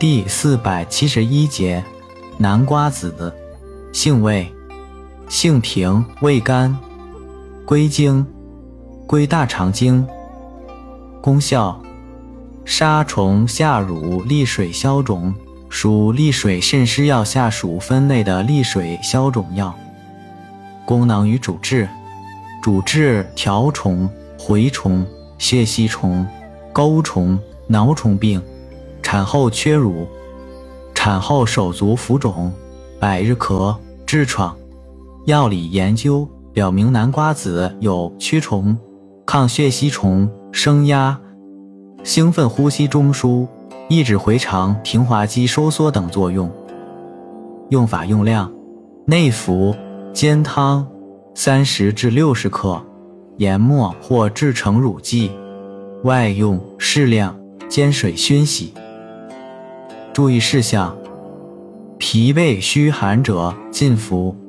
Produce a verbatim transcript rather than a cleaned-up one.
第四百七十一节，南瓜子，性味，性平，味甘，归经，归大肠经。功效，杀虫下乳，利水消肿，属利水渗湿药下属分类的利水消肿药。功能与主治，主治条虫、蛔虫、血吸虫、钩虫、挠虫病，产后缺乳，产后手足浮肿，百日咳、痔疮。药理研究表明，南瓜子有驱虫、抗血吸虫、升压、兴奋呼吸中枢、抑制回肠、平滑肌收缩等作用。用法用量，内服煎汤三十至六十克，研末或制成乳剂；外用适量煎水熏洗。注意事项：脾胃虚寒者禁服。